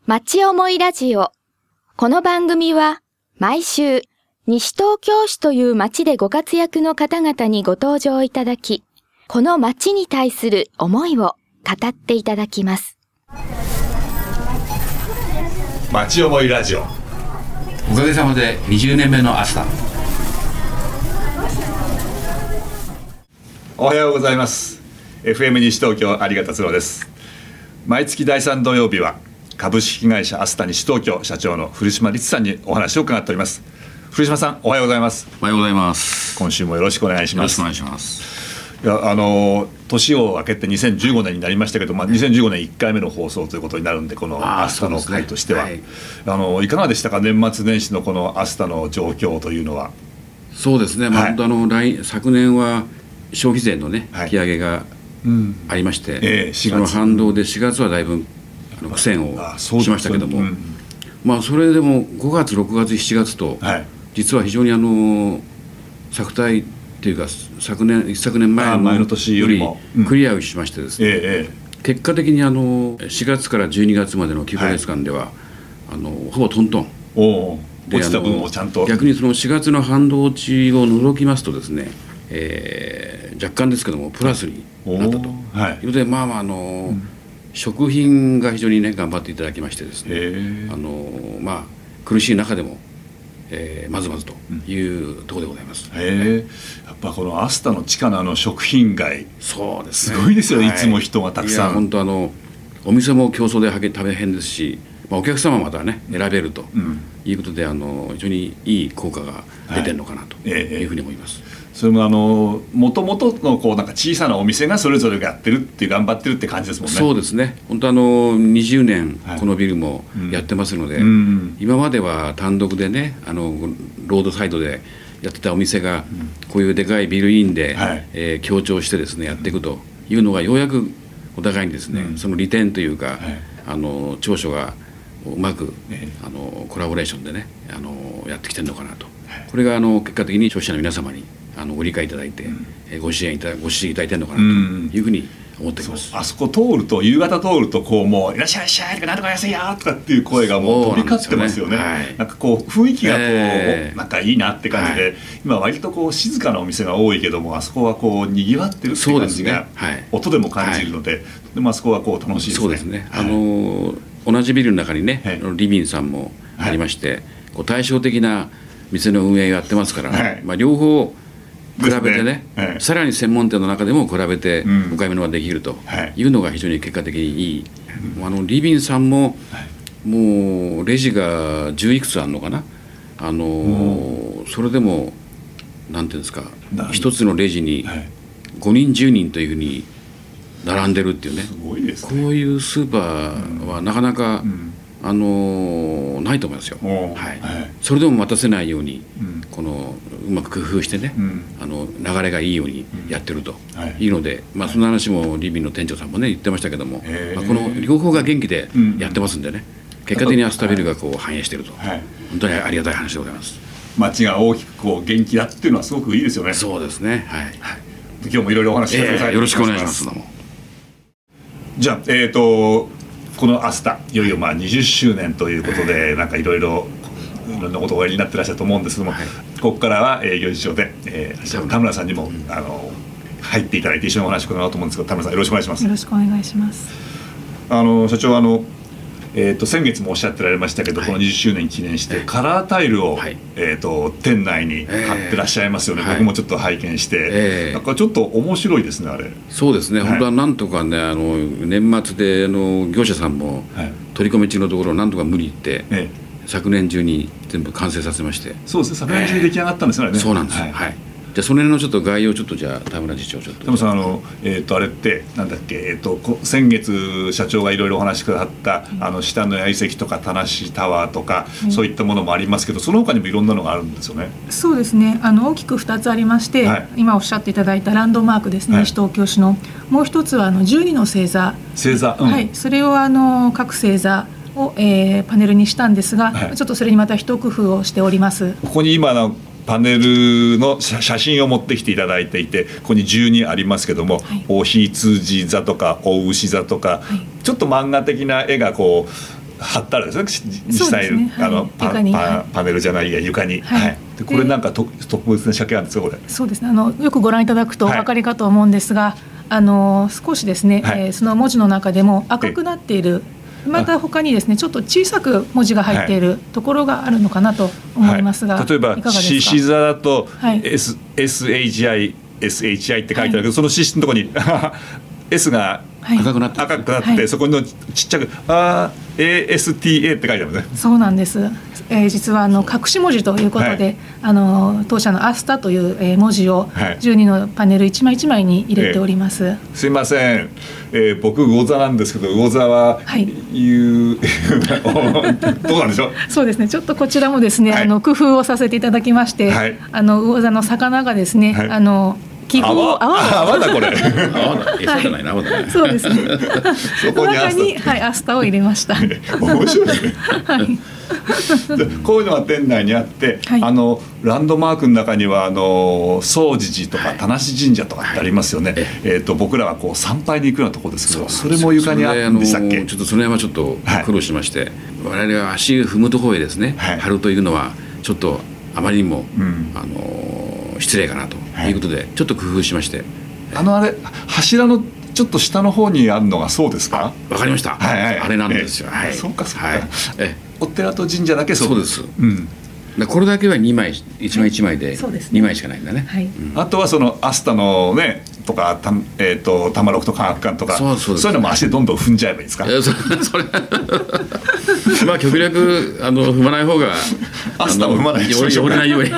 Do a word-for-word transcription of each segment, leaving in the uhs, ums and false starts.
町思いラジオ。この番組は毎週西東京市という町でご活躍の方々にご登場いただき、この町に対する思いを語っていただきます。 町思いラジオ。 おかげさまでにじゅうねんめのアスタ。 おはようございます。 エフエム 西東京有賀達郎です。毎月だいさん土曜日は株式会社アスタ西東京社長の古島律さんにお話を伺っております。古島さん、おはようございます。 おはようございます。 今週もよろしくお願いします。 よろしくお願いします。 いや、あの年を明けてにせんじゅうごねんになりましたけど、まあ、にせんじゅうごねんいっかいめの放送ということになるんで、このアスタの会としては、ね、はい、あのいかがでしたか、年末年始のこのアスタの状況というのは。 そうですね、まあ、はい、あの来昨年は消費税のね、引き上げがありまして、はい、えー、しがつその反動でしがつはだいぶあの苦戦をしましたけども、うん、まあ、それでもごがつろくがつしちがつと、はい、実は非常にあの昨対というか昨年一昨年前 の, 前の年よりもクリアをしましてですね、うん、ええ、結果的にあのしがつからじゅうにがつまでのきゅうかげつかんでは、はい、あのほぼトントンお落ちた分をちゃんと逆にそのしがつの反動落ちを除きますとですね、えー、若干ですけどもプラスになったと、はい、いうことで、まあまああの、うん、食品が非常にね頑張っていただきましてですね、あの、まあ、苦しい中でも、えー、まずまずというところでございます。 へー、やっぱこのアスタの地下のあの食品街、 そうですね、 すごいですよね、 はい、 いつも人がたくさん。 いや本当あのお店も競争で大変ですし、まあ、お客様またね選べるということで、うん、あの非常にいい効果が出てるのかなというふうに思います。はい、えーそれもあの元々のこうなんか小さなお店がそれぞれがやってるっていう頑張ってるって感じですもんね。 そうですね、本当あのにじゅうねんこのビルもやってますので、はい、うん、今までは単独でねあのロードサイドでやってたお店がこういうでかいビルインで、はい、えー、協調してですねやっていくというのがようやくお互いにですね、うん、その利点というか、はい、あの長所がうまく、えー、あのコラボレーションでねあのやってきてるのかなと、はい、これがあの結果的に消費者の皆様にあのご理解いただいて、うん、えご支援いただご支持いただいてるのかなというふうに思っております。 あそこ通ると夕方通るとこうもういらっしゃいいらっしゃいとかなんとか安いよとかっていう声がもう飛び交ってますよね。なんか、はい、こう雰囲気がこう、えー、なんかいいなって感じで、はい、今割とこう静かなお店が多いけども、あそこはこう賑わってるっていう感じが、ね、はい、音でも感じるので、はい、でもあそこはこう楽しいですね。 そうですね、はい、あの同じビルの中にね、はい、リビンさんもありまして、はい、こう対照的な店の運営をやってますから、はい、まあ、両方比べて ね, ね、はい、さらに専門店の中でも比べてお買い物ができるというのが非常に結果的にいい、うん、あのリビンさんも、はい、もうレジがじゅういくつあるのかな、あの、うん、それでもなんていうんですか、一つのレジにごにんじゅうにんというふうに並んでるっていうね、 すごいですね。 こういうスーパーはなかなか、うん、あのないと思いますよ。はい、はい、それでも待たせないように、うん、このうまく工夫してね、うん、あの流れがいいようにやってるというので、うん、まあ、その話もリビンの店長さんもね言ってましたけども、まあ、この両方が元気でやってますんでね、うん、結果的にアスタビルがこう反映していると、はい、本当にありがたい話でございます。 街が大きくこう元気だっていうのはすごくいいですよね。 そうですね、はい、はい、 今日もいろいろお話ししてください、 えー、よろしくお願いします。どうも。 じゃあ、えーとこのアスタいよいよまあにじゅっしゅうねんということで、なんかいろいろいろんなことをおやりになってらっしゃると思うんですけども、はい、ここからは営業次長で、えー、田村さんにも、うん、あの入っていただいて一緒にお話を伺おうと思うんですけど、田村さんよろしくお願いします。 よろしくお願いします。 あの社長、あのえー、と先月もおっしゃってられましたけど、はい、このにじゅっしゅうねん記念してカラータイルを、はい、えー、と店内に貼ってらっしゃいますよね。えー、僕もちょっと拝見して、えー、なんかちょっと面白いですね、あれ。 そうですね、はい、本当はなんとかね、あの年末であの業者さんも取り込み中のところをなんとか無理言って、えー、昨年中に全部完成させまして。 そうですね、昨年中に出来上がったんですよね。 えー、そうなんです、はい、はい。じゃあその辺のちょっと概要をちょっとじゃあ田村次長ちょっと。 田村さん、あの、えー、とあれってなんだっけ、えー、と先月社長がいろいろお話しくださった、うん、あの下の八重石とか田無タワーとか、うん、そういったものもありますけど、その他にもいろんなのがあるんですよね。 そうですね、あの大きくふたつありまして、はい、今おっしゃっていただいたランドマークですね、はい、西東京市のもう一つはあのじゅうにの星座星座、うん、 はい、それをあの各星座を、えー、パネルにしたんですが、はい、ちょっとそれにまた一工夫をしております。 ここに今のパネルの写真を持ってきていただいていて、ここにじゅうにありますけども、はい、お羊座とかお牛座とか、はい、ちょっと漫画的な絵がこう貼ってあるんですね、実際、ね、はい、あの パ, パ, パネルじゃないや床に、はいはい、でこれなんか特別な仕掛けあるんですかこれ。 そうですね、あのよくご覧いただくとお分かりかと思うんですが、はい、あの少しですね、はい、えー、その文字の中でも赤くなっている、また他にですねちょっと小さく文字が入っているところがあるのかなと思いますが、 はい、例えば獅子座だと S、はい、エスエイチアイ エスエイチアイ って書いてあるけど、はい、その獅子のところにS が赤くなって、赤くなって、はい、そこのちっちゃくあ エーエスティーエー って書いてあるんですね。 そうなんです、えー、実はあの隠し文字ということで、はい、あの当社のアスタという、えー、文字をじゅうにのパネル一枚一枚に入れております、えー、すいません、えー、僕魚座なんですけど魚座はいう、はい、どうなんでしょう。 そうですね、ちょっとこちらもですね、はい、あの工夫をさせていただきまして、はい、あの魚座の魚がですね、はい、あの記号泡泡だこれ泡だ、え、そうじゃないな、泡だね。 そうですね。そこにアスタ、に、はい、アスタを入れました。 面白いですね。はい。こういうのが店内にあって、はい、あのランドマークの中にはあの総持寺とか田無神社とかってありますよね。はい、えっ、ー、と僕らはこう参拝に行くようなところですけど、それも床にあるんでしたっけ？ ちょっとその辺はちょっと苦労しまして、はい、我々は足を踏むところへですね、はい、貼るというのはちょっとあまりにも、うん、あの失礼かなということで、はい、ちょっと工夫しまして、 あのあれ柱のちょっと下の方にあるのがそうですか？ わかりました、はいはい、あれなんですよ、 えーはい、そうかそうか、 はい、 えお寺と神社だけそうそうです、うん、だこれだけはにまいいちまいいちまいでにまいしかないんだね、はい、うん、 あとはそのアスタのねとかた、えー、とタマロクと科学館とかそうそうそういうのも足でどんどん踏んじゃえばいいですか？いや そ, それまあ極力あの踏まない方がアスタも踏まないように汚れないように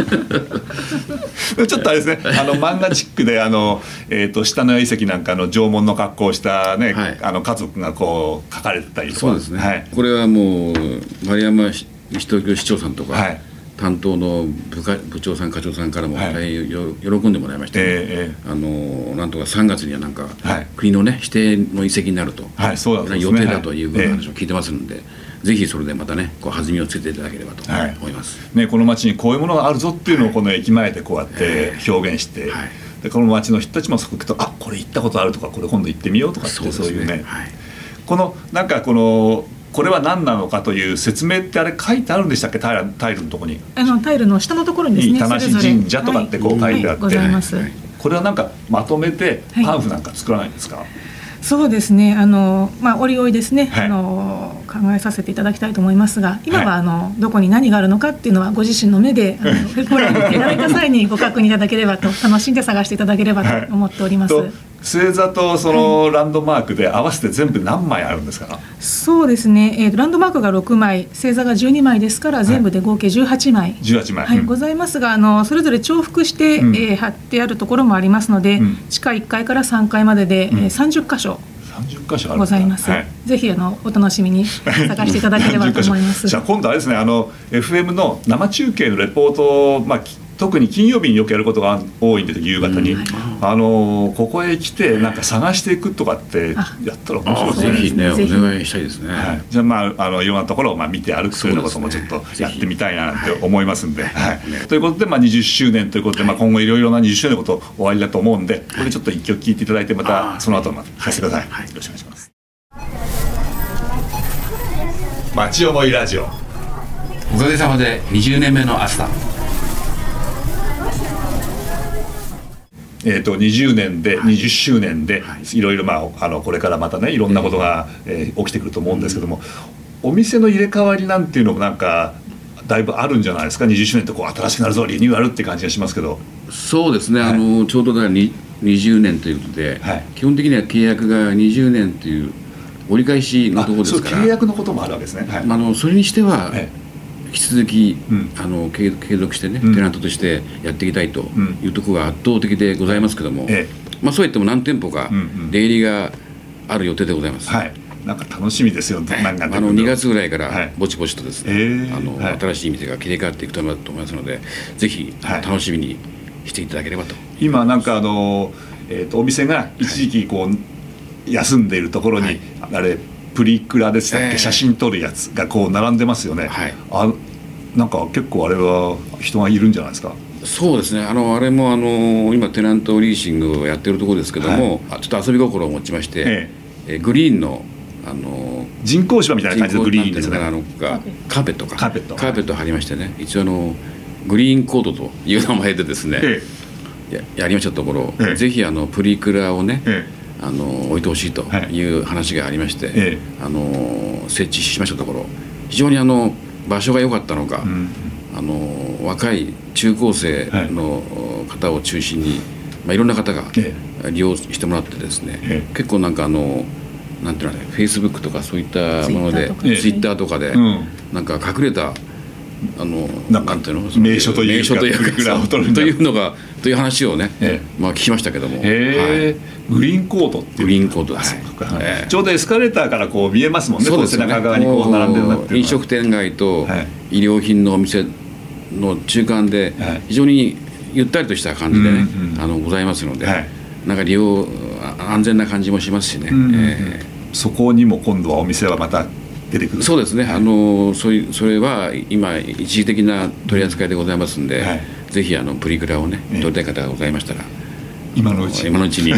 ちょっとあれですね、あの漫画チックであの、えー、と下の遺跡なんかの縄文の格好をした、ね、はい、あの家族がこう描かれてたりとか。 そうですね、はい、これはもう丸山西東京市長さんとか、はい、担当の 部, 下部長さん課長さんからも大変よ、はい、喜んでもらいまして、ね、えー、あのなんとかさんがつにはなんか、はい、国の、ね、指定の遺跡になると、はい、そうだ、ね、予定だという話を聞いてますので、はい、えー、ぜひそれでまたねこう弾みをつけていただければと思います、 はい、ね、この町にこういうものがあるぞっていうのをこの駅前でこうやって表現して、はいはい、でこの町の人たちもそこ行くとあこれ行ったことあるとかこれ今度行ってみようとかってそう、そういうね、はい、このなんかこのこれは何なのかという説明ってあれ書いてあるんでしたっけ？タイル、タイルのところにあのタイルの下のところにですね、 田無神社とかってこう書いてあって、 はいはい、ございます。 これはなんかまとめてパンフなんか作らないんですか？はい、 そうですね、あの、まあ、おいおいですね、はい、あの考えさせていただきたいと思いますが、今はあの、はい、どこに何があるのかっていうのはご自身の目であのご覧いただいた際にご確認いただければと楽しんで探していただければと思っております、はい、 星座とそのランドマークで合わせて全部何枚あるんですか？はい、 そうですね、えー、ランドマークがろくまい、星座がじゅうにまいですから全部で合計じゅうはちまい、はい、 じゅうはちまい、 はい、うん、ございますが、あのそれぞれ重複して、うん、えー、貼ってあるところもありますので、うん、地下いっかいからさんかいまでで、うん、えー、さんじゅっかしょさんじゅっかしょあるございます、はい、ぜひあのお楽しみに探していただければと思いますじゃあ今度あれですね、あの エフエム の生中継のレポートを、まあ特に金曜日によくやることが多いんで夕方に、うん、あのここへ来てなんか探していくとかってやったら面白いですね。 ぜひね、お願いしたいですね、 はい、じゃあまああのいろんなところをまあ見て歩くというようなこともちょっとやってみたいなって思いますんで、はいはい、ということで、まあ、にじゅっしゅうねんということで、まあ、今後いろいろなにじゅっしゅうねんのこと終わりだと思うんで、これちょっと一曲聴いていただいてまたその後また聞かせてください、はい、よろしくお願いします。町思いラジオ、 おかげさまでにじゅうねんめのアスタ、 えー、とにじゅうねんで、はい、にじゅっしゅうねんで、はい、いろいろ、まあ、あのこれからまたねいろんなことが、えー、起きてくると思うんですけども、うん、お店の入れ替わりなんていうのもなんかだいぶあるんじゃないですか？にじゅっしゅうねんってこう新しくなるぞリニューアルって感じがしますけど。 そうですね、はい、あのちょうどだからにじゅうねんということで、はい、基本的には契約がにじゅうねんという折り返しのところですから、 そう契約のこともあるわけですね、はい、 あのそれにしては、はい、引き続き、うん、あの継続してね、うん、テナントとしてやっていきたいというところが圧倒的でございますけども、うん、まあ、そういっても何店舗か出入りがある予定でございます、 はい、なんか楽しみですよ、 はい、あのにがつぐらいからぼちぼちとですね、はい、あの、はい、新しい店が切り替わっていくと思いますので、ぜひ楽しみにしていただければと、はい、 今なんかあの、えー、とお店が一時期こう、はい、休んでいるところに、はい、あれプリクラでしたっけ、えー、写真撮るやつがこう並んでますよね、はい、あなんか結構あれは人がいるんじゃないですか？ そうですね、あのあれもあの今テナントリーシングをやってるところですけども、はい、ちょっと遊び心を持ちまして、ええ、グリーンのあの人工芝みたいな感じのグリーンですね。 あのカーペットかカーペットカーペット貼りましてね、一応あのグリーンコードという名前でですね、ええ、や, やりましたところ、ええ、ぜひあのプリクラをね、ええ、あの置いてほしいという話がありまして、ええ、あの設置しましたところ、非常にあの場所が良かったのか、うん、あの若い中高生の方を中心に、まあ、いろんな方が利用してもらってですね、ええ、結構なんかあのなんていうのね、フェイスブックとかそういったものでツイッターとかで、うん、なんか隠れたあのなんていうの名所というか名所というかというのがという話をね、ええ、まあ聞きましたけども、 えーはい、グリーンコートっていうグリーンコートです、 はいえー、ちょうどエスカレーターからこう見えますもんね。そうですね、背中側にこう並んでるなっていうのは飲食店街と衣料品のお店の中間で非常にゆったりとした感じでね、うんうん、あのございますので、はい、なんか利用安全な感じもしますしね、うんうんうんえー、そこにも今度はお店はまた出てくる。 そうですね、あのそういうそれは今一時的な取り扱いでございますんで、はい、ぜひあのプリクラをね撮りたい方がございましたら、 今のうち今のうちにね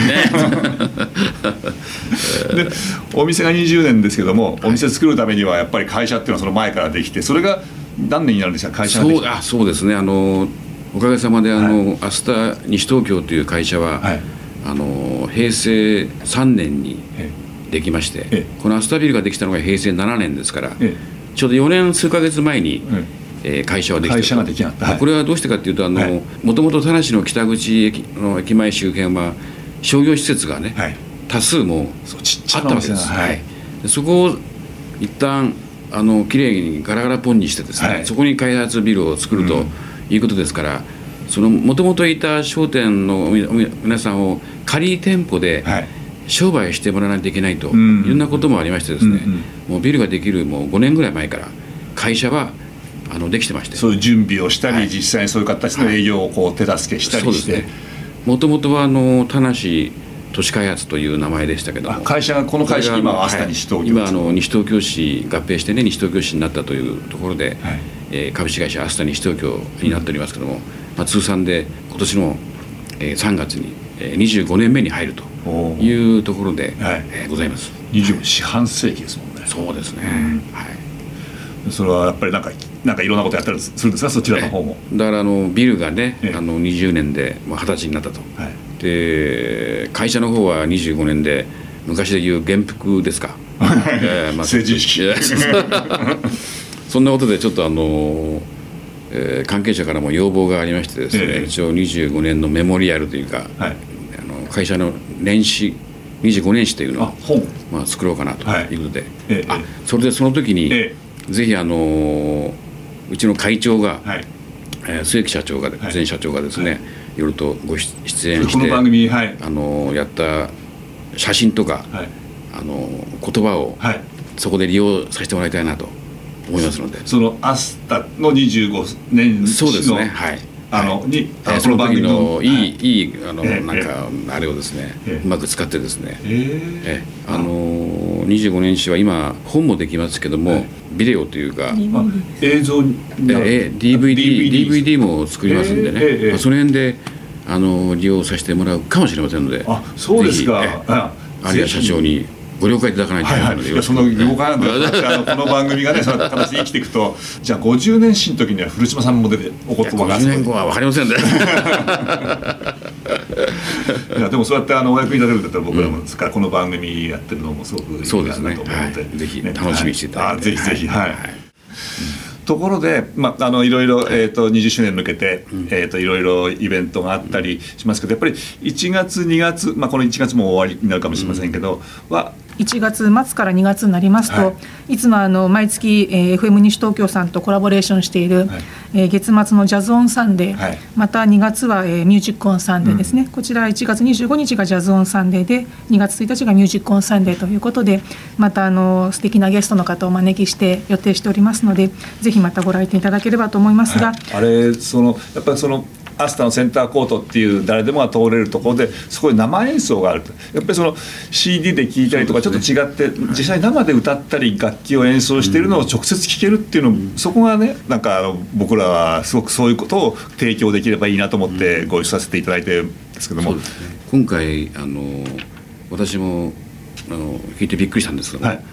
でお店がにじゅうねんですけども、お店作るためにはやっぱり会社っていうのはその前からできて、それが何年になるんですか、会社ができて。 そう、あ、そうですね、あのおかげさまであの、はい、アスタ西東京という会社は、はい、あの平成さんねんにできまして、ええ、このアスタビルができたのが平成ななねんですから、ええ、ちょうどよねん数ヶ月前に、ええー、会社はできた。 会社ができなった、はい、 これはどうしてかというと、もともと田無の北口駅の駅前周辺は商業施設がね、はい、多数もあったわけです。はい、でそこを一旦あのきれいにガラガラポンにしてですね、はい、そこに開発ビルを作るということですから、うん、もともといた商店の皆さんを仮店舗で、はい、商売してもらわないといけないと、うん、いろんなこともありましてですね、うんうん、もうビルができるもうごねんぐらい前から会社はあのできてまして、 そういう準備をしたり、はい、実際にそういう形の営業をこう手助けしたりして、 もともとはあの田無都市開発という名前でしたけども、 会社がこの会社が今はアスタ西東京、 はい、今あの西東京市合併してね、西東京市になったというところで、はいえー、株式会社アスタ西東京になっておりますけども、うんまあ、通算で今年の、えー、さんがつに、えー、にじゅうごねんめに入るというところで、はいえー、ございます。 にじゅう四半世紀ですもんね。 そうですね、うんはい、 それはやっぱりなんかなんかいろんなことやったりするんですか、そちらの方も。 だからあのビルがね、あのにじゅうねんではたちになったと、はい、で会社の方はにじゅうごねんで、昔でいう元服ですかえーまあ、成人式そんなことでちょっとあの、えー、関係者からも要望がありましてですね、えー、一応にじゅうごねんのメモリアルというか、はい、あの会社の年始にじゅうごねん史というのをまあ、作ろうかなということで、はいえー、あそれでその時に、えー、ぜひあのうちの会長が、はいえー、末木社長が、はい、前社長がですね、はい、いろいろとご出演してこの番組、はい、 あのやった写真とか、はい、あの言葉を、はい、そこで利用させてもらいたいなと思いますので、 そのアスタのにじゅうごねん史のそうですね、はいあのにえー、その番組のいい、はい、いいあの、えー、なんかあれをですね、えー、うまく使ってですね、えーえー、あのにじゅうごねん史は今本もできますけども、はい、ビデオというか映像になる、 えー、ディーブイディー ディーブイディー も作りますんでね、えーえーまあ、その辺であの利用させてもらうかもしれませんので、 あそうですか、 有谷社長にご了解いただかないといけないので、はいはい、 その了解なんだあのこの番組がねその形で生きていくと、じゃあごじゅうねん史の時には古島さんも出てお言葉が、 ごじゅうねんごは分かりませんねいやでもそうやってあのお役に立てるんだったら僕らもですから、うん、この番組やってるのもすごくいいなと思うので、 ねはい、ぜひ楽しみにしていただいて、 はい、あぜひぜひはい、はいはいところで、まあ、あのいろいろ、えー、とにじゅっしゅうねんに向けて、うんえー、といろいろイベントがあったりしますけど、やっぱりいちがつにがつ、まあ、このいちがつも終わりになるかもしれませんけど、うん、はいちがつまつからにがつになりますと、はい、いつもあの毎月、えー、エフエム 西東京さんとコラボレーションしている、はいえー、月末のジャズオンサンデー、はい、またにがつは、えー、ミュージックオンサンデーですね、うん、こちらいちがつにじゅうごにちがジャズオンサンデーで、にがつついたちがミュージックオンサンデーということで、またあの素敵なゲストの方をお招きして予定しておりますので、ぜひまたご来店いただければと思いますが、はい、 あれそのやっぱりそのアスタのセンターコートっていう誰でもが通れるところで、そこで生演奏があると、やっぱりその シーディー で聴いたりとかちょっと違って、ね、実際生で歌ったり楽器を演奏しているのを直接聴けるっていうの、うん、そこがねなんかあの僕らはすごくそういうことを提供できればいいなと思ってご一緒させていただいてるんですけども、 そうですね、今回あの私もあの聞いてびっくりしたんですけども、はい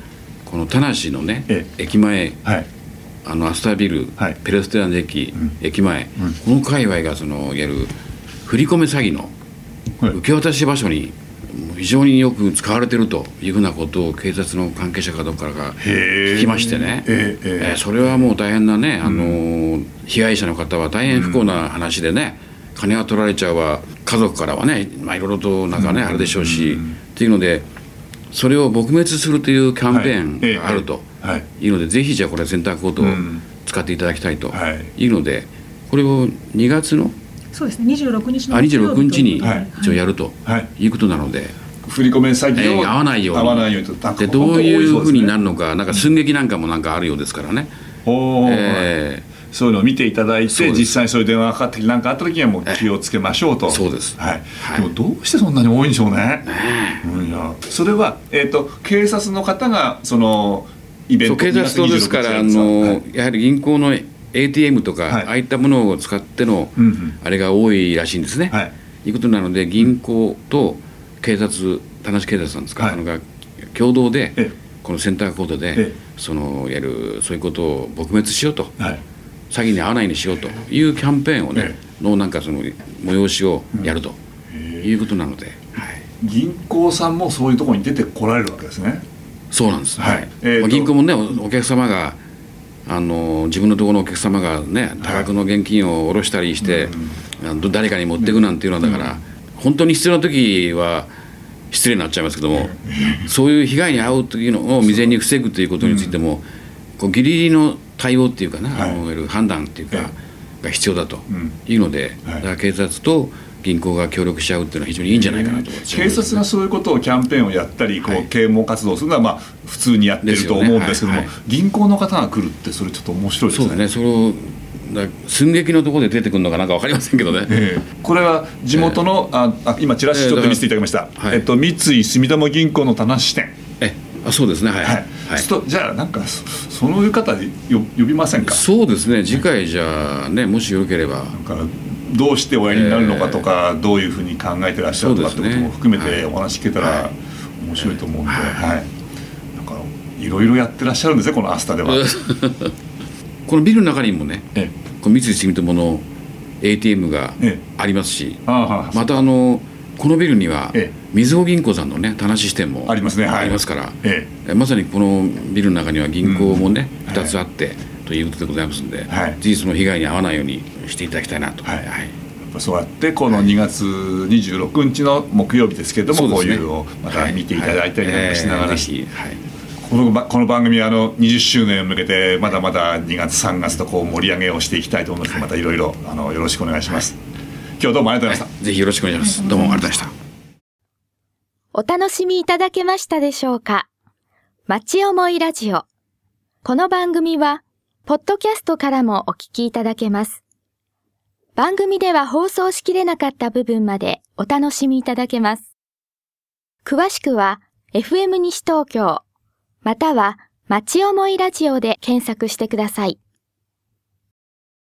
この田無のね、ええ、駅前、はい、あのアスタービル、はい、ペレステラン駅、うん、駅前、うん、この界隈がそのいわゆる振り込め詐欺の受け渡し場所に非常によく使われているというふうなことを警察の関係者かどうかが聞きましてね、えーえー、それはもう大変なね、あのー、被害者の方は大変不幸な話でね、うん、金が取られちゃうわ、家族からはね、まあ、いろいろとなんかね、うん、あれでしょうし、うん、っていうのでそれを撲滅するというキャンペーンがあるというので、ぜひじゃあこれセンターコードを使っていただきたいというので、これをにがつのそうですね、にじゅうろくにちのあにじゅうろくにちに一応やるということなので、 振り込め詐欺を、 えー、合わないように、 合わないようにと、 でどういうふうになるのか、なんか寸劇なんかもなんかあるようですからね、 うん、えー、そういうのを見ていただいて、実際にそういう電話がかかってきて何かあった時にはもう気をつけましょうと。 そうです、 はいはい、でもどうしてそんなに多いんでしょうね。うん、いやそれは、えーと、警察の方がそのイベント、 警察とですから、あの、はい、やはり銀行の エーティーエム とか、はい、ああいったものを使っての、うんうん、あれが多いらしいんですね、はい、いうことなので、銀行と警察、田無警察さんですか、はい、あのが共同で、ええ、このセンターコードで、ええ、そのやるそういうことを撲滅しようと、はい、詐欺に遭わないようにしようというキャンペーンをね、ええ、のなんかその催しをやるということなので、 うん、はい、銀行さんもそういうところに出てこられるわけですね。 そうなんです、はい、えーまあ、銀行もね、お, お客様があの自分のところのお客様がね、多額の現金を下ろしたりして、はい、誰かに持っていくなんていうのだから、うん、本当に必要な時は失礼になっちゃいますけども、そういう被害に遭うというのを未然に防ぐということについても、こうギリギリの対応っていうかな、はい、あの判断っていうか、が必要だというので、だから警察と銀行が協力し合うっていうのは非常にいいんじゃないかなと思います、ね、 警察がそういうことをキャンペーンをやったり、こう啓蒙活動するのはまあ普通にやってると思うんですけども、ね、はいはい、銀行の方が来るってそれちょっと面白いですね。 そうだね、それをだ寸劇のところで出てくるのかなんか分かりませんけどね、えー、これは地元の、えー、あ今チラシちょっと見せていただきました、えーはい、えっと、三井住友銀行の田無支店、 えあそうですね、はい、はいはい、とじゃあなんかその方で呼びませんか。 そうですね、次回じゃあね、もしよければなんかどうしておやりになるのかとか、えー、どういうふうに考えてらっしゃるのかってことも含めてお話聞けたら面白いと思うんで、はいはい、なんかいろいろやってらっしゃるんですね、このアスタでは。 このビルの中にもね、ええ、この三井住友の エーティーエム がありますし、ええ、あまたあのこのビルにはみずほ銀行さんのね、田無支店もありますね、ありますから、ええ、まさにこのビルの中には銀行もね、うん、ふたつあって、はい、ということでございますので、はい、ぜひその被害に遭わないようにしていただきたいなと、はいはい、やっぱそうやってこのにがつにじゅうろくにちの木曜日ですけれども、こういうのをまた見ていただいたりなんかしながら、はいはい、この、この番組はあのにじゅっしゅうねんを向けてまだまだにがつさんがつとこう盛り上げをしていきたいと思いますので、またいろいろあのよろしくお願いします、はい、今日はどうもありがとうございました、 はい、ぜひよろしくお願いします。どうもありがとうございました。 お楽しみいただけましたでしょうか。町思いラジオ。この番組はポッドキャストからもお聞きいただけます。番組では放送しきれなかった部分までお楽しみいただけます。詳しくは エフエム 西東京または町思いラジオで検索してください。